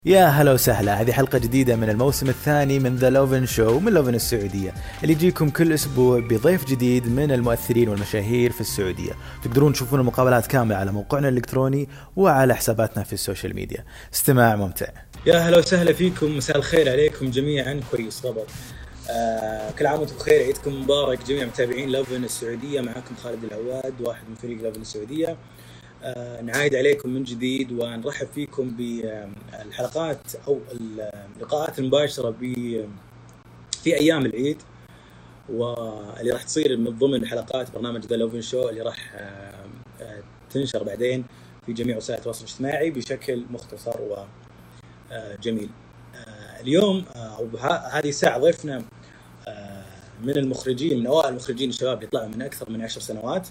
يا هلا وسهلا. هذه حلقة جديدة من الموسم الثاني من ذا لوفن شو من لوفن السعودية، اللي يجيكم كل أسبوع بضيف جديد من المؤثرين والمشاهير في السعودية. تقدرون تشوفون المقابلات كاملة على موقعنا الإلكتروني وعلى حساباتنا في السوشيال ميديا. استماع ممتع. يا هلا وسهلا فيكم، مساء الخير عليكم جميعا. كويس غبر. كل عام وانتم بخير، عيدكم مبارك جميع متابعين لوفن السعودية. معكم خالد العواد، واحد من فريق لوفن السعودية. نعايد عليكم من جديد ونرحب فيكم بالحلقات أو اللقاءات المباشرة في أيام العيد، واللي راح تصير من ضمن حلقات برنامج ذا لوفن شو اللي راح تنشر بعدين في جميع وسائل التواصل الاجتماعي بشكل مختصر وجميل. اليوم أو هذه الساعة ضيفنا من المخرجين، من أوائل المخرجين الشباب اللي طلعوا من أكثر من 10 سنوات،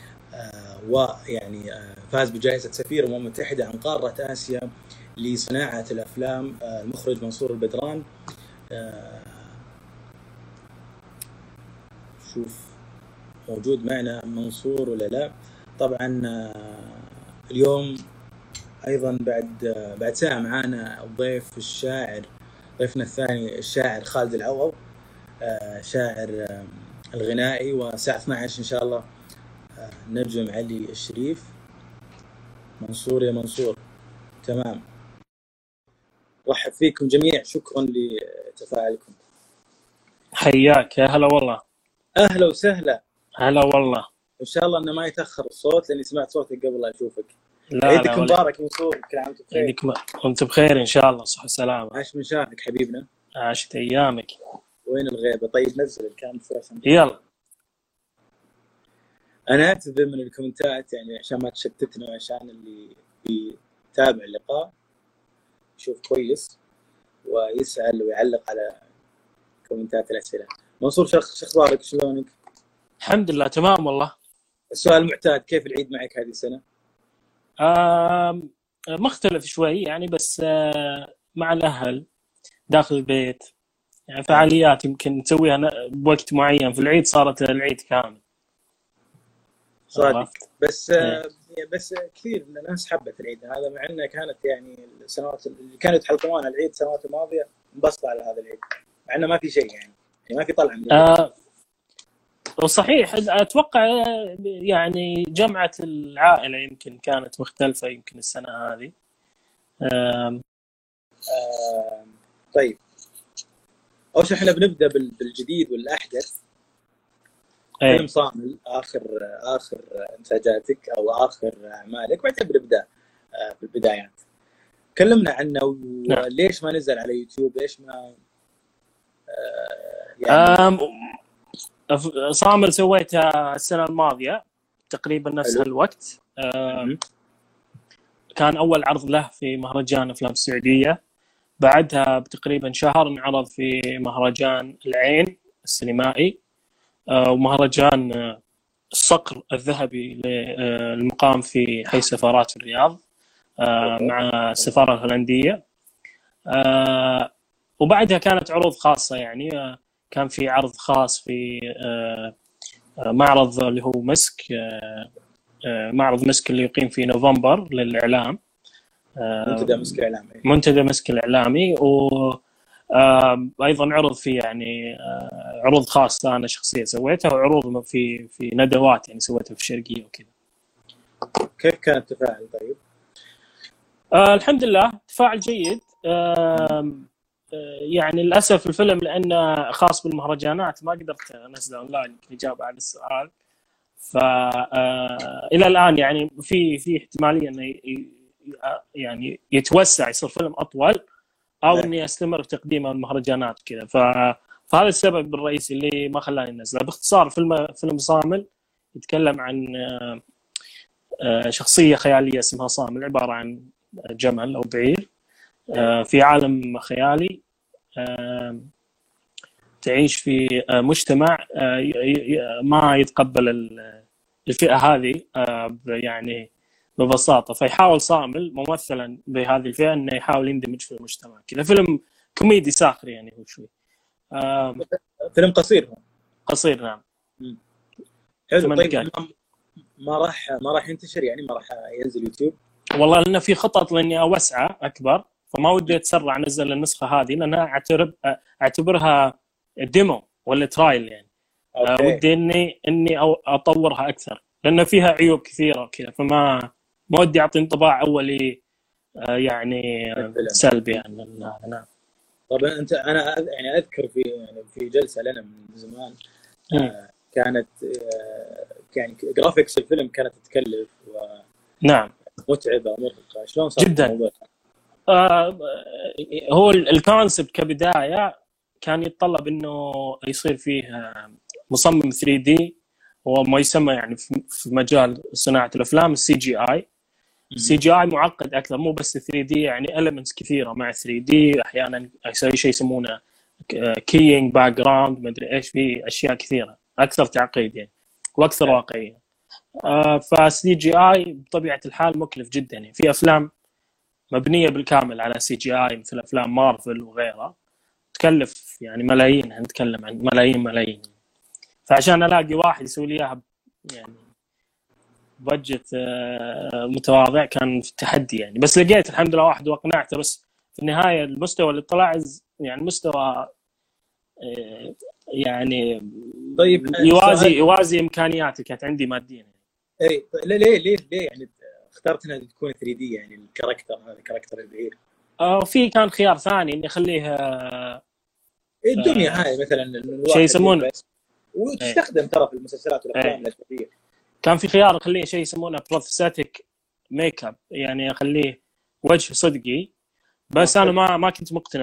ويعني فاز بجائزة سفير الأمم المتحدة عن قارة آسيا لصناعة الأفلام، المخرج منصور البدران. شوف موجود معنا منصور ولا لا؟ طبعا اليوم أيضا بعد ساعة معنا الضيف الشاعر، ضيفنا الثاني الشاعر خالد العوض، شاعر الغنائي. وساعة 12 إن شاء الله نجم علي الشريف. منصور يا منصور، تمام. رحب فيكم جميع، شكرا لتفاعلكم. حياك، يا هلا والله. أهلا وسهلا. هلا والله. إن شاء الله إنه ما يتأخر الصوت، لأني سمعت صوتك قبل لا أشوفك. لا عيدك مبارك منصور، كل عام وأنت بخير. عيدك وأنت بخير إن شاء الله، صحة وسلامة. عاش من شافك حبيبنا. عاشت أيامك. وين الغيبة؟ طيب نزل الكاميرا عشان يلا. أنا أعتذر من الكومنتات يعني عشان ما تشتتنا، وعشان اللي بيتابع اللقاء يشوف كويس ويسأل ويعلق على كومنتات الأسئلة. منصور، شو أخبارك؟ شلونك؟ الحمد لله تمام والله. السؤال المعتاد، كيف العيد معك هذه السنة؟ مختلف شوي يعني، بس مع الأهل داخل البيت، يعني فعاليات يمكن نسويها بوقت معين. في العيد صارت العيد كامل صادق. بس كثير من الناس حبت العيد هذا، مع انه كانت يعني السنوات اللي كانوا يتحلقون العيد السنوات الماضيه انبسطوا على هذا العيد، مع انه ما في شيء يعني ما في طلعه من وصحيح اتوقع يعني جمعة العائلة يمكن كانت مختلفة يمكن السنة هذه. طيب، اول شيء احنا بنبدا بالجديد والاحدث. فيلم صامل، اخر انتاجاتك او اخر اعمالك، بعدين بنبدا بالبدايات. كلمنا عنه وليش ما نزل على يوتيوب، ليش ما يعني صامل سويتها السنة الماضية تقريبا نفس هالوقت. كان أول عرض له في مهرجان أفلام السعودية، بعدها بتقريبا شهر انعرض في مهرجان العين السينمائي، ومهرجان الصقر الذهبي للمقام في حي سفارات الرياض مع السفارة الهولندية. وبعدها كانت عروض خاصة، يعني كان في عرض خاص في معرض اللي هو مسك، معرض مسك اللي يقيم في نوفمبر للإعلام، منتدى مسك الإعلامي. وأيضا عرض في يعني عروض خاصة أنا شخصيا سويتها، وعروض في ندوات يعني سويتها في الشرقية وكذا. كيف كان التفاعل؟ طيب الحمد لله تفاعل جيد. يعني للأسف الفيلم لأنه خاص بالمهرجانات ما قدرت أنزله أونلاين كإجابة على السؤال. إلى الآن يعني في احتمالية إنه يعني يتوسع يصير فيلم أطول، أو إني أستمر في تقديمه المهرجانات كذا. فهذا السبب الرئيسي اللي ما خلاني أنزله. باختصار فيلم صامل يتكلم عن شخصية خيالية اسمها صامل، عبارة عن جمل أو بعير في عالم خيالي، تعيش في مجتمع ما يتقبل الفئة هذه يعني ببساطة. فيحاول صامل ممثلا بهذه الفئة إنه يحاول يندمج في المجتمع كذا. فيلم كوميدي ساخر يعني هو شوي. فيلم قصير نعم. حلو. طيب ما راح ينتشر يعني، ما راح ينزل يوتيوب؟ والله لأن في خطط لأني أوسعه أكبر، فما ودي اتسرع انزل النسخه هذه لانها اعتبرها ديمو ولا ترايل يعني. ودي اني اطورها اكثر لان فيها عيوب كثيره كذا، فما ودي اعطي انطباع اولي يعني سلبي عن هذا. نعم. طب انت انا يعني اذكر في جلسه لنا من زمان كانت يعني جرافيكس الفيلم كانت تتكلف نعم متعبه ومرهقه، شلون صار جدا الموضوع؟ هو الكونسبت كبدايه كان يتطلب انه يصير فيه مصمم 3D هو ما يسمى يعني في مجال صناعه الافلام السي جي اي. السي جي اي معقد اكثر، مو بس 3D، يعني elements كثيره مع 3D. احيانا يسوي شيء يسمونه كيينج باك جراوند، ما ادري ايش، في اشياء كثيره اكثر تعقيد يعني واكثر واقعيه. فالسي جي اي بطبيعه الحال مكلف جدا يعني. في افلام مبنيه بالكامل على سي جي اي مثل افلام مارفل وغيرها تكلف يعني ملايين، نتكلم عن ملايين. فعشان الاقي واحد يسوي لي اياها يعني بجت متواضع كان في التحدي يعني. بس لقيت الحمد لله واحد واقنعته. بس في النهايه المستوى اللي طلع يعني مستوى يعني طيب يوازي امكانياتي كانت عندي ماديا. اي ليه يعني اخترت انها تكون 3D يعني الكاركتر هذا كاركتر البعير؟ في كان خيار ثاني اني اخليه الدنيا هاي مثلا شيء يسمونه وتستخدم ترى في المسلسلات والافلام الاسبوعيه. كان في خيار اخليه شيء يسمونه بروستاتيك ميك اب، يعني اخليه وجه صدقي. بس انا ما كنت مقتنع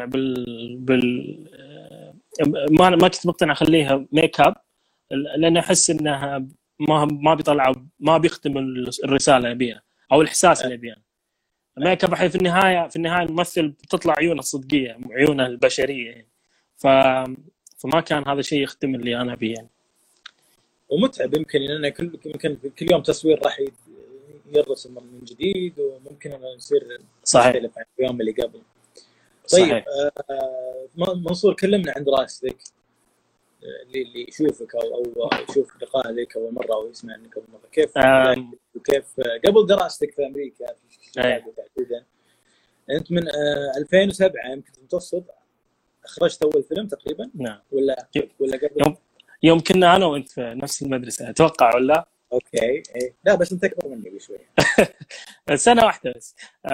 ما كنت مقتنع اخليها ميك اب، لان احس انها ما بيطلع، ما بيختم الرساله اللي ابيها او الاحساس اللي ابيها. ميك اب في النهايه الممثل بتطلع عيونه الصدقيه، عيونه البشريه يعني. فما كان هذا شيء يختم اللي انا ابيه يعني. ومتعب يمكن ان كل يوم تصوير راح يرسم من جديد، وممكن انه يصير صحيح عن اليوم اللي قبل. طيب منصور كلمنا عن دراستك، اللي يشوفك او يشوف لقاء لك اول مره او يسمع عنك اول مره، كيف قبل دراستك في امريكا في شيكاغو تحديدا. انت من 2007 يمكن متوسط اخرجت اول فيلم تقريبا؟ نعم. ولا قبل يوم كنا انا وانت في نفس المدرسه اتوقع، ولا؟ اوكي لا بس انت اكبر مني بشوي. سنه واحده بس.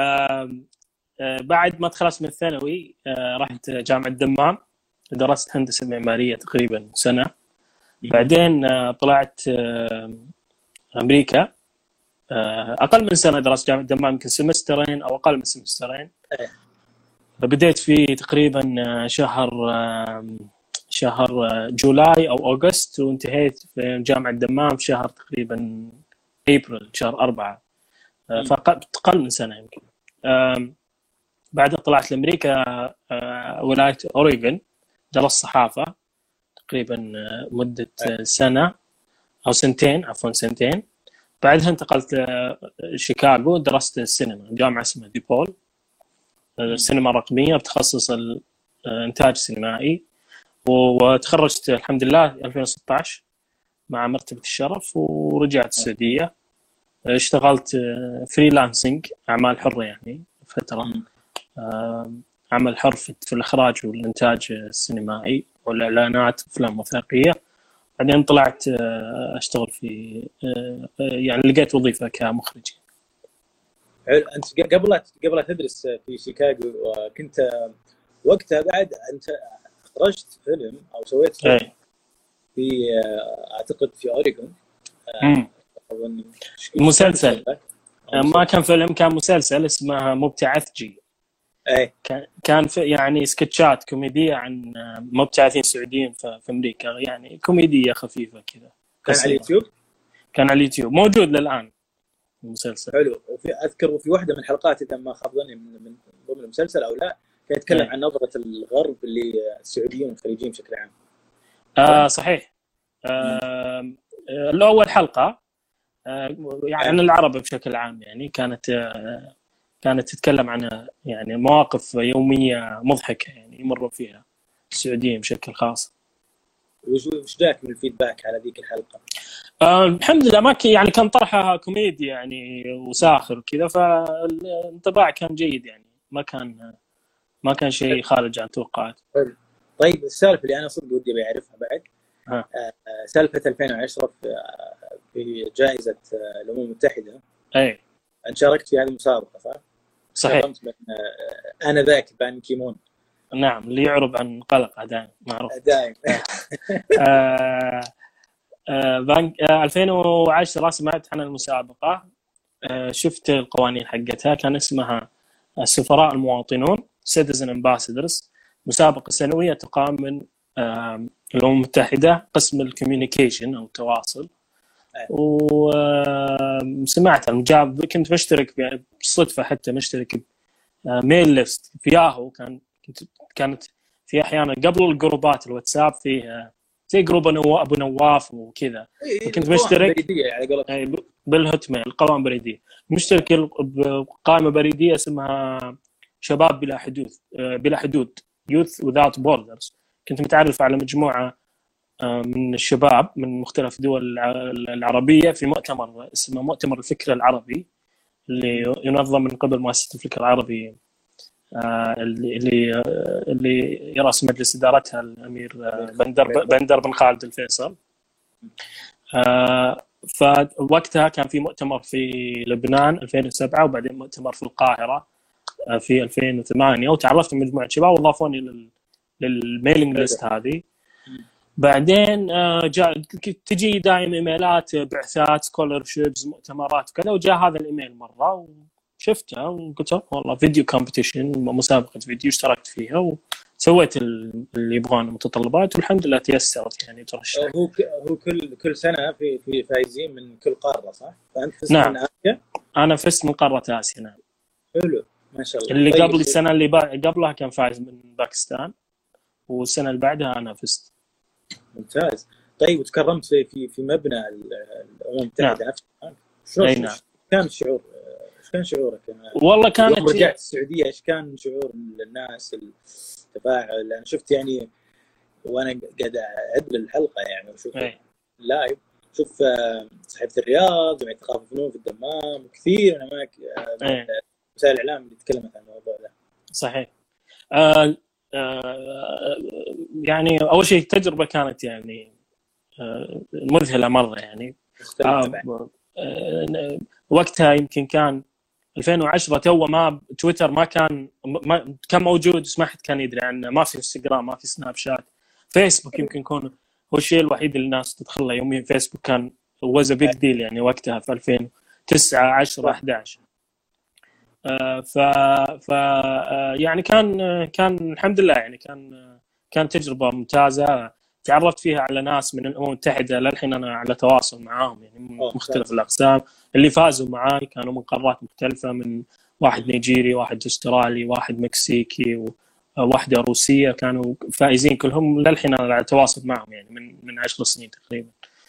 بعد ما تخلصت من الثانوي رحت جامعه الدمام، درست هندسه معماريه تقريبا سنه. بعدين طلعت امريكا اقل من سنه، درست جامعه الدمام يمكن سمسترين او اقل من سمسترين. بديت في تقريبا شهر جولاي او اوغست، وانتهيت في جامعه الدمام في شهر تقريبا ابريل، شهر 4. فقل من سنه يمكن. بعدها طلعت لامريكا ولايه اوريغون، درست صحافه تقريبا مده سنه او سنتين، سنتين. بعدها انتقلت لشيكاغو، درست السينما، جامعه اسمها ديبول، السينما الرقميه بتخصص الانتاج السينمائي. وتخرجت الحمد لله 2016 مع مرتبة الشرف، ورجعت السعودية. اشتغلت فريلانسنج، أعمال حرة يعني فترة، عمل حر في الإخراج والإنتاج السينمائي والإعلانات وأفلام وثائقية. بعدين طلعت أشتغل في يعني لقيت وظيفة كمخرج. أنت قبل تدرس في شيكاغو كنت وقتها بعد أنت أخرجت فيلم أو سويت فيلم في أعتقد في أوريغون، مسلسل، ما كان فيلم، كان مسلسل اسمه مبتعث جي. كان في يعني سكتشات كوميدية عن مبتعثين سعوديين في أمريكا، يعني كوميدية خفيفة كذا. كان على اليوتيوب؟ كان على اليوتيوب، موجود للآن المسلسل. حلو. أذكر في واحدة من الحلقات إذا ما خاب ظني من ضمن المسلسل أو لا، كان يتكلم عن نظرة الغرب للسعوديين والخليجيين بشكل عام. صحيح. الأول حلقة يعني عن العرب بشكل عام، يعني كانت تتكلم عن يعني مواقف يومية مضحكة يعني يمروا فيها السعوديين بشكل خاص. وش جاك من الفيدباك على ذيك الحلقة؟ الحمد لله، ما يعني كان طرحها كوميدي يعني وساخر وكذا، فالانطباع كان جيد يعني، ما كان ما كان شيء خارج عن توقعات. طيب السالفه اللي انا صدق ودي بعرفها بعد، سالفه 2010 في جائزه الامم المتحده. اي انت شاركت في هذه المسابقه صح؟ صحيح. انا ذاك بان كيمون. نعم، اللي يعرب عن قلق دائما معروف. دائما. 2010 سمعت عن المسابقة، شفت القوانين حقتها، كان اسمها السفراء المواطنون Citizen Ambassadors، مسابقة سنوية تقام من الأمم المتحدة قسم الكوميونيكيشن أو التواصل. وسمعت كنت مشترك يعني بالصدفة، حتى مشترك ميل ليست في ياهو. كانت في أحيانا قبل الجروبات الواتساب في زي جروب أبو نواف وكذا، كنت مشترك يعني بالهوت ميل، قوائم بريدية، مشترك بقائمة بريدية اسمها شباب بلا حدود Youth Without Borders. كنت متعرف على مجموعة من الشباب من مختلف دول العربية في مؤتمر اسمه مؤتمر الفكر العربي، اللي ينظم من قبل مؤسسة الفكر العربي، اللي يرأس مجلس إدارتها الأمير بندر بن خالد الفيصل. فوقتها كان في مؤتمر في لبنان 2007، وبعدين مؤتمر في القاهرة في 2008، وتعرفت من مجموعة شباب وضافوني للميلينج ليست هذه. بعدين تجي دائما ايميلات بعثات سكولرشيبز مؤتمرات وكذا، وجاء هذا الايميل مره وشفته وقلت والله فيديو كومبيتيشن، مسابقه فيديو، اشتركت فيها وسويت اللي يبغون المتطلبات، والحمد لله تيسرت يعني ترشح. هو كل سنه في فايزين من كل قاره صح؟ فانت فزت نعم. من آسيا؟ انا فزت من قاره اسيا. نعم. حلو ما شاء الله. اللي طيب. قبل السنه اللي قبلها كان فايز من باكستان، والسنه اللي بعدها انا فزت. ممتاز. طيب وتكرمت في مبنى الامم المتحده نفسها. شلون كان شعورك؟ والله كانت يوم رجعت السعوديه ايش كان شعور الناس، التفاعل؟ انا شفت يعني وانا قاعد اعد الحلقه يعني وشوف لايف، شوف صحيفه الرياض، جمعيه ثقافه الفنون في الدمام، وكثير اماكن وسائل الاعلام اللي تكلمت عن الموضوع ده. صحيح. يعني أول شيء التجربة كانت يعني مذهلة مرة يعني. وقتها يمكن كان 2010 تو ما تويتر ما كان موجود، بس ما حد كان يدري عنه، ما في انستغرام، ما في سناب شات، فيسبوك يمكن يكون هو الشيء الوحيد اللي الناس تدخل له يوميا. فيسبوك كان was a big deal يعني وقتها في 2009 10 11. يعني كان الحمد لله يعني كان تجربة ممتازة، تعرفت فيها على ناس من الأمم المتحدة للحين أنا على تواصل معاهم يعني من مختلف الأقسام. اللي فازوا معاي كانوا من قارات مختلفة، من واحد نيجيري، واحد أسترالي، واحد مكسيكي، وواحدة روسية، كانوا فائزين كلهم للحين أنا على تواصل معهم يعني من 10 سنين تقريبا.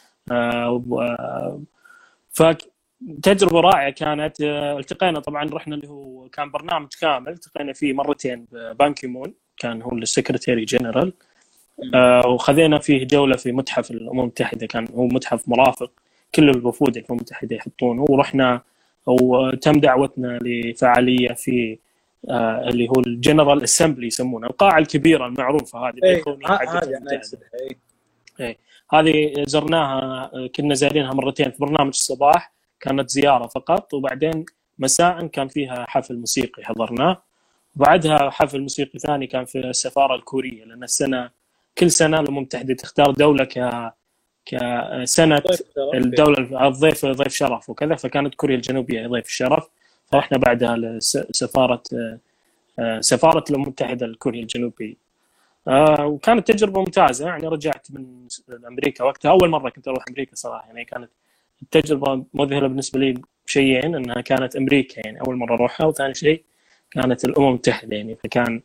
تجربة رائعة كانت. التقينا طبعا، رحنا اللي هو كان برنامج كامل، التقينا فيه مرتين بان كيمون، كان هو السكرتيري جنرال، وخذينا فيه جولة في متحف الأمم المتحدة، كان هو متحف مرافق كل الوفود الأمم المتحدة يحطونه، ورحنا وتم دعوتنا لفعالية في اللي هو الجنرال اسمبلي يسمونه، القاعة الكبيرة المعروفة هذه بالكونية حقت الأمم المتحدة. هذه زرناها، كنا زارينها مرتين في برنامج الصباح، كانت زيارة فقط، وبعدين مساء كان فيها حفل موسيقي حضرناه، وبعدها حفل موسيقي ثاني كان في السفارة الكورية، لأن كل سنة الأمم المتحدة تختار دولة كسنة الدولة الضيف ضيف شرف وكذا، فكانت كوريا الجنوبية ضيف الشرف، فرحنا بعدها لسفارة الأمم المتحدة لكوريا الجنوبية. وكانت تجربة ممتازة يعني. رجعت من أمريكا وقتها، أول مرة كنت أروح أمريكا صراحة يعني، كانت التجربة مذهلة بالنسبة لي بشيئين، أنها كانت أمريكا يعني أول مرة أروحها، وثاني شيء كانت الأمم المتحدة يعني، فكان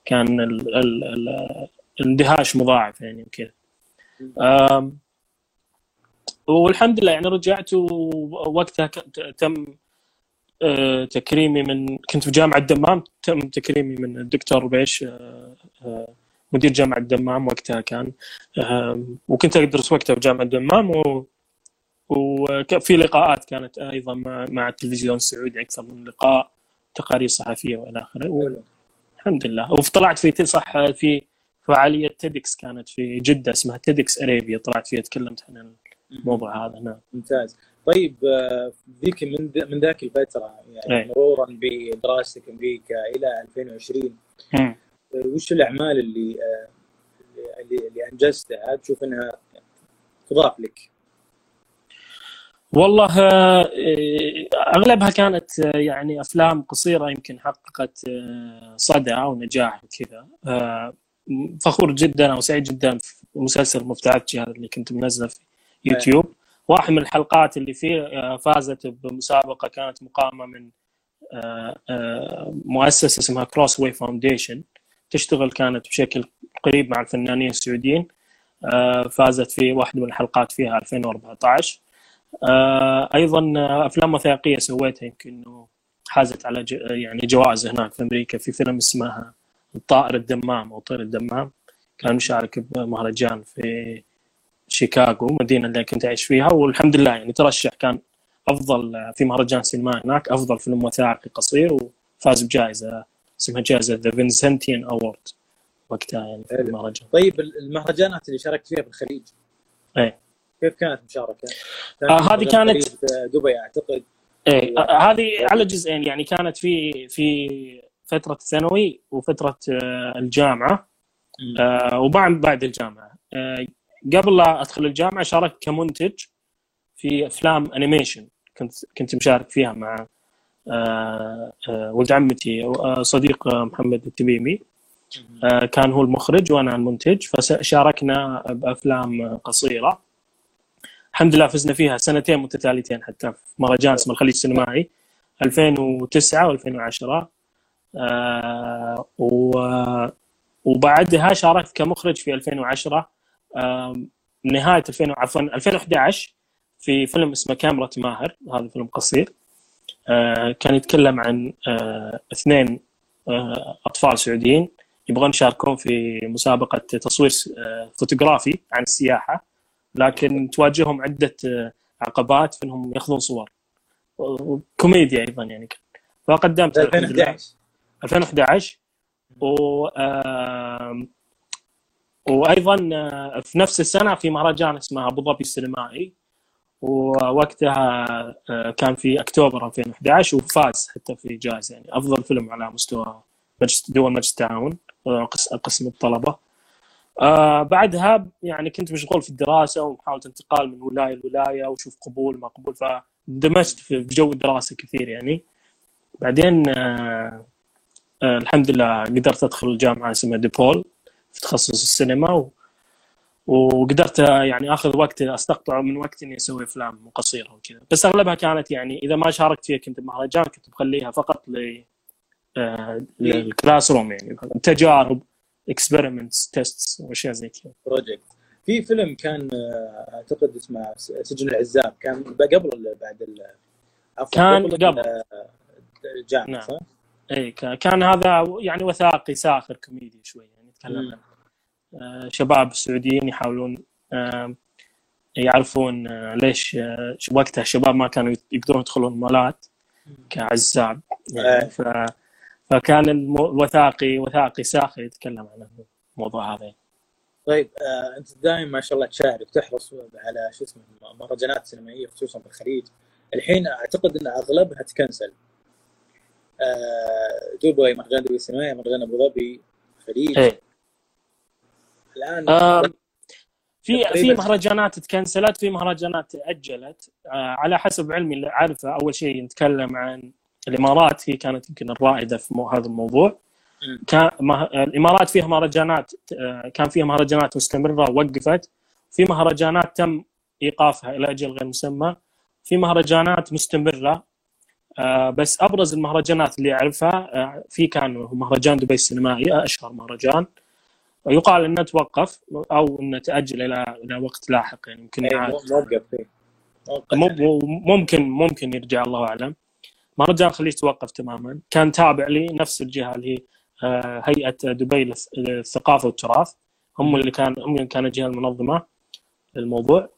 الاندهاش مضاعف يعني وكذا. والحمد لله يعني رجعت، ووقتها تم تكريمي كنت في جامعة الدمام، تم تكريمي من الدكتور ربيش مدير جامعة الدمام وقتها كان، وكنت أدرس وقتها في جامعة الدمام، وفي لقاءات كانت أيضا مع التلفزيون السعودي، أكثر من لقاء، تقارير صحفية وإلى آخره. الحمد لله. وطلعت في صح في فعالية تيدكس كانت في جدة اسمها تيدكس أريبيا، طلعت فيها تكلمت عن الموضوع هذا. نعم ممتاز. طيب ذيك من ذاك الفترة يعني مرورا بدراستك أمريكا إلى 2020 وش الأعمال اللي أنجزتها تشوف أنها تضاف لك؟ والله أغلبها كانت يعني أفلام قصيرة يمكن حققت صدى ونجاح وكذا. فخور جدا أو سعيد جدا في مسلسل مفتاحتي هذا اللي كنت منزله في يوتيوب. واحد من الحلقات اللي فيه فازت بمسابقة كانت مقامة من مؤسسة اسمها كروس واي فاونديشن، تشتغل كانت بشكل قريب مع الفنانين السعوديين. فازت في واحدة من الحلقات فيها 2014. أيضا أفلام وثائقية سويتها يمكن حازت على يعني جوائز هناك في أمريكا. في فيلم اسمه الطائر الدمام أو طير الدمام، كان مشارك بمهرجان في شيكاغو، مدينة اللي كنت أعيش فيها، والحمد لله يعني ترشح كان أفضل في مهرجان سينما هناك، أفضل فيلم وثائقي قصير، وفاز بجائزة اسمها جائزة The Vincentian Award وقتها يعني في المهرجان. طيب المهرجانات اللي شاركت فيها في الخليج كيف كانت مشاركة؟ هذه كانت دبي أعتقد. هذه على جزئين يعني، كانت في فترة الثانوي وفترة الجامعة. وبعد الجامعة قبل لا أدخل الجامعة شاركت كمنتج في أفلام أنيميشن، كنت مشارك فيها مع ولد عمتي صديق محمد التميمي، كان هو المخرج وأنا المنتج، فشاركنا بأفلام قصيرة. الحمد لله فزنا فيها سنتين متتاليتين حتى في مهرجان اسمه الخليج السينمائي 2009 و2010. وبعدها شاركت كمخرج في 2010 نهاية 2011 في فيلم اسمه كاميرا ماهر. هذا فيلم قصير كان يتكلم عن 2 أطفال سعوديين يبغون يشاركون في مسابقة تصوير فوتوغرافي عن السياحة، لكن تواجههم عدة عقبات في أنهم يأخذون صور، كوميديا أيضا يعني. فقدمت 2011 وأيضا في نفس السنة في مهرجان اسمه أبو ظبي السينمائي، ووقتها كان في أكتوبر 2011 وفاز حتى في جائزة يعني أفضل فيلم على مستوى دول مجلس التعاون قسم الطلبة. بعدها يعني كنت مشغول في الدراسة ومحاولة انتقال من ولاية لولاية وشوف قبول ما قبول، فاندمجت في جو الدراسة كثير يعني. بعدين الحمد لله قدرت أدخل الجامعة اسمها ديبول في تخصص السينما، وقدرت يعني أخذ وقت أستقطع من وقت إني أسوي أفلام قصيرة وكذا، بس أغلبها كانت يعني إذا ما شاركت فيها كنت بمهرجان كنت بخليها فقط للكلاس روم يعني تجارب experiments tests وأشياء زي كذا. بروجكت. في فيلم كان أعتقد اسمه سجن العزاب، كان قبل بعد كان قبل الجامعة. نعم. اي كان هذا يعني وثائقي ساخر كوميدي شوي يعني، يتكلم عن شباب سعوديين يحاولون يعرفون ليش وقتها الشباب ما كانوا يقدرون يدخلون مولات كعزاب يعني. فكان الوثائقي ساخر يتكلم عن الموضوع هذا. طيب انت دائما ما شاء الله تشارك تحرص على شو اسمه مهرجانات سينمائيه خصوصا في الخليج. الحين اعتقد ان اغلبها تكنسل. دبي مهرجان دبي السينمائي، مهرجان ابو ظبي، الخليج الان في مهرجانات تكنسلت، في مهرجانات تاجلت على حسب علمي اللي عارفه. اول شيء نتكلم عن الامارات، هي كانت يمكن الرائده في هذا الموضوع. الامارات فيها مهرجانات، كان فيها مهرجانات مستمره ووقفت، في مهرجانات تم ايقافها الى اجل غير مسمى، في مهرجانات مستمره. بس ابرز المهرجانات اللي اعرفها في كان مهرجان دبي السينمائي اشهر مهرجان، يقال انه توقف او انه تاجل الى وقت لاحق يعني، يمكن ممكن يرجع الله اعلم. مهرجان الخليج توقف تماما، كان تابع لي نفس الجهه اللي هي هيئه دبي للثقافه والتراث، هم اللي كان الجهه المنظمه للموضوع.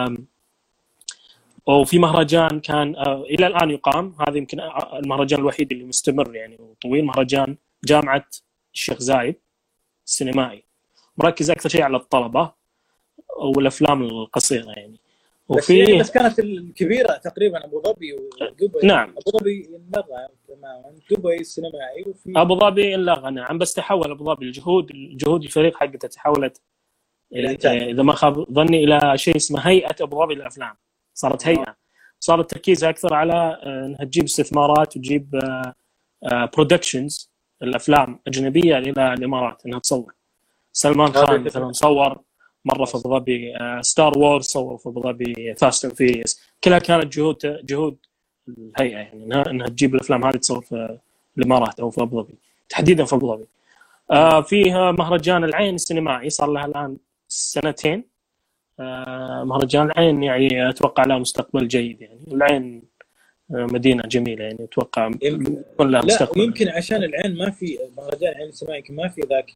وفي مهرجان كان الى الان يقام، هذا يمكن المهرجان الوحيد اللي مستمر يعني وطويل، مهرجان جامعه الشيخ زايد السينمائي، مركز اكثر شيء على الطلبه والافلام القصيره يعني. وفي بس كانت الكبيره تقريبا ابو ظبي ودبي. نعم ابو ظبي انلغى تماما، دبي السينمائي، وفي ابو ظبي انلغى نعم، بس تحول ابو ظبي جهود الفريق حقته تحولت اذا ما خاب ظني الى شيء اسمه هيئه ابو ظبي للافلام. صارت هيئه، صار التركيز اكثر على انها تجيب استثمارات وتجيب برودكشنز الافلام اجنبيه الى الامارات انها تصور. سلمان خان مثلا صور مره في ابو ظبي، ستار وورز صور في ابو ظبي، فاست اند فيريوس، كلها كانت جهود الهيئه يعني انها تجيب الافلام هذه تصور في الامارات او في ابو ظبي، تحديدا في ابو ظبي. فيها مهرجان العين السينمائي صار لها الان 2 سنين. مهرجان العين يعني اتوقع له مستقبل جيد يعني. العين مدينه جميله يعني، اتوقع يكون لها مستقبل. يمكن عشان العين ما في مهرجان العين السينمائي، يمكن ما في ذاك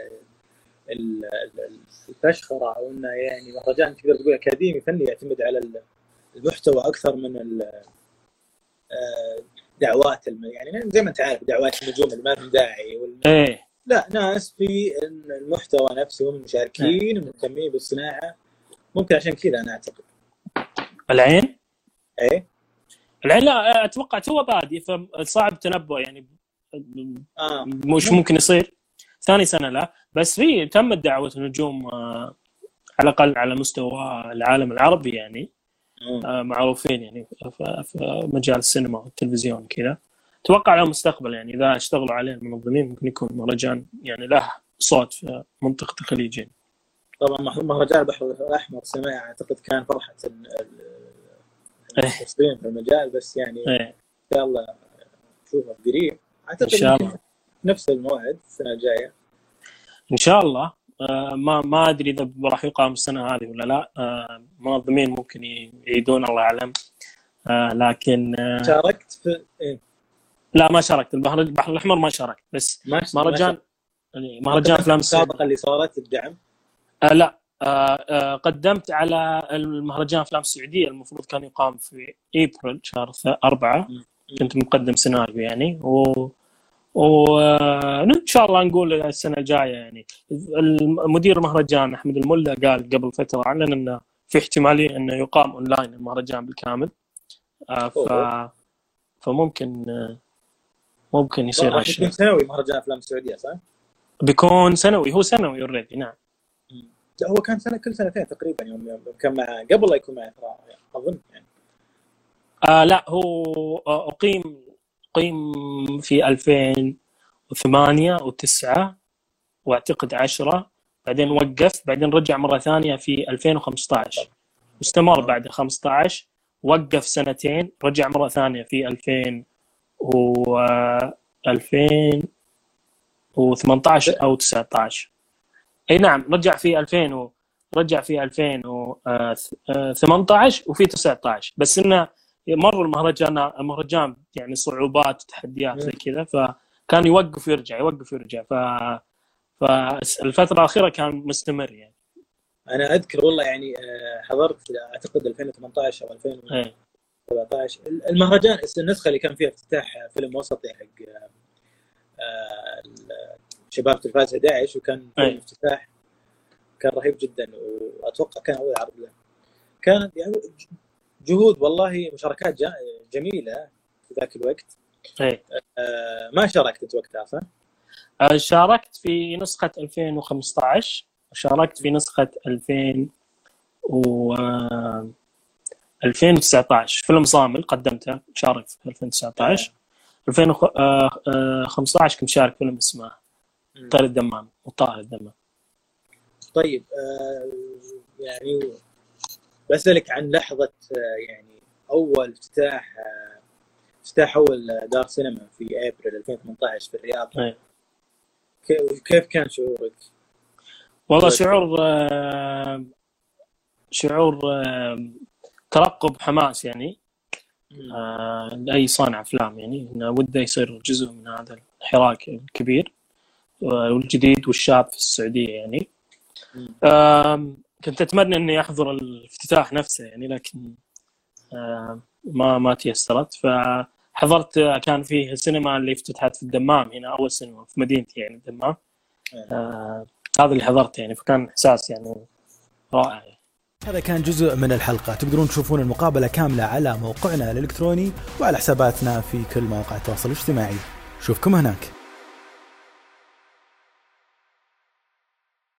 الفشخره، او انه يعني مهرجان تقدر تقول اكاديمي فني يعتمد على المحتوى اكثر من دعوات يعني زي ما انت عارف دعوات النجوم اللي ما في داعي لا، ناس في المحتوى نفسه مشاركين ومهتمين بالصناعه. ممكن عشان كذا انا اعتقد العين العين لا اتوقع تو بادي، فصعب تنبؤ يعني مش ممكن يصير ثاني سنه لا، بس في تمت دعوه النجوم على الاقل على مستوى العالم العربي يعني، معروفين يعني في مجال السينما والتلفزيون كذا. اتوقع له مستقبل يعني، اذا اشتغلوا عليه المنظمين ممكن يكون مهرجان يعني له صوت في منطقه الخليج يعني. طبعا مهرجان البحر الاحمر السينمائي اعتقد كان فرحه المختصين في المجال، بس يعني ان شاء الله نشوفه قريب، اعتقد ان شاء الله نفس الموعد السنه الجايه ان شاء الله. ما ادري اذا راح يقام السنه هذه ولا لا، منظمين ممكن يعيدون الله اعلم. لكن شاركت في لا ما شاركت البحر الاحمر، ما شاركت، بس مهرجان افلام السابقه اللي صارت الدعم لا قدمت على المهرجان افلام السعوديه، المفروض كان يقام في ابريل شهر 4. كنت مقدم سيناريو يعني، وإن شاء الله نقول السنة الجاية يعني. المدير المهرجان أحمد الملا قال قبل فترة أعلن أنه في احتمالية أنه يقام أونلاين المهرجان بالكامل. فممكن يصير هالشيء. بيكون سنوي مهرجان أفلام السعودية صح؟ بيكون سنوي، هو سنوي أوريدي نعم. لا هو كان كل سنتين تقريبا، يوم كان مع قبل لا يكون مع أظن يعني. لا هو أقيم في 2008 و9 واعتقد 10، بعدين وقف، بعدين رجع مرة ثانية في 2015 واستمر بعد 15، وقف 2 سنين، رجع مرة ثانية في 2018 أو 19. أي نعم رجع في 2018 وفي 19، بس إنه مر المهرجان يعني صعوبات وتحديات زي كذا، فكان يوقف ويرجع فالفترة الأخيرة كان مستمر يعني. أنا أذكر والله يعني حضرت أعتقد 2018 أو 2017 المهرجان، النسخة اللي كان فيها افتتاح فيلم وسطي حق شباب تلفاز 11، وكان فيلم افتتاح كان رهيب جدا، وأتوقع كان أول عرض له. كانت يعني جهود والله، مشاركات جميلة في ذاك الوقت. ما شاركت أنت وقتها صح؟ شاركت في نسخة 2015، وشاركت في نسخة 2019 فيلم صامل قدمته، شارك في 2019. 2015 كنت شارك فيلم اسمه طائر الدمام وطائر الدمام. طيب يعني بسألك عن لحظة يعني أول افتتاح أول دار سينما في أبريل 2018 في الرياض. كيف كان شعورك؟ والله شعور ترقب، حماس يعني لأي صانع أفلام يعني، إنه وده يصير جزء من هذا الحراك الكبير والجديد والشاب في السعودية يعني. كنت أتمنى إني أحضر الافتتاح نفسه يعني، لكن ما تيسرت. حضرت كان فيه السينما اللي افتتحت في الدمام هنا، أول سينما في مدينتي يعني الدمام. هذا اللي حضرت يعني، فكان إحساس يعني رائع. هذا كان جزء من الحلقة. تقدرون تشوفون المقابلة كاملة على موقعنا الإلكتروني وعلى حساباتنا في كل مواقع التواصل الاجتماعي. شوفكم هناك.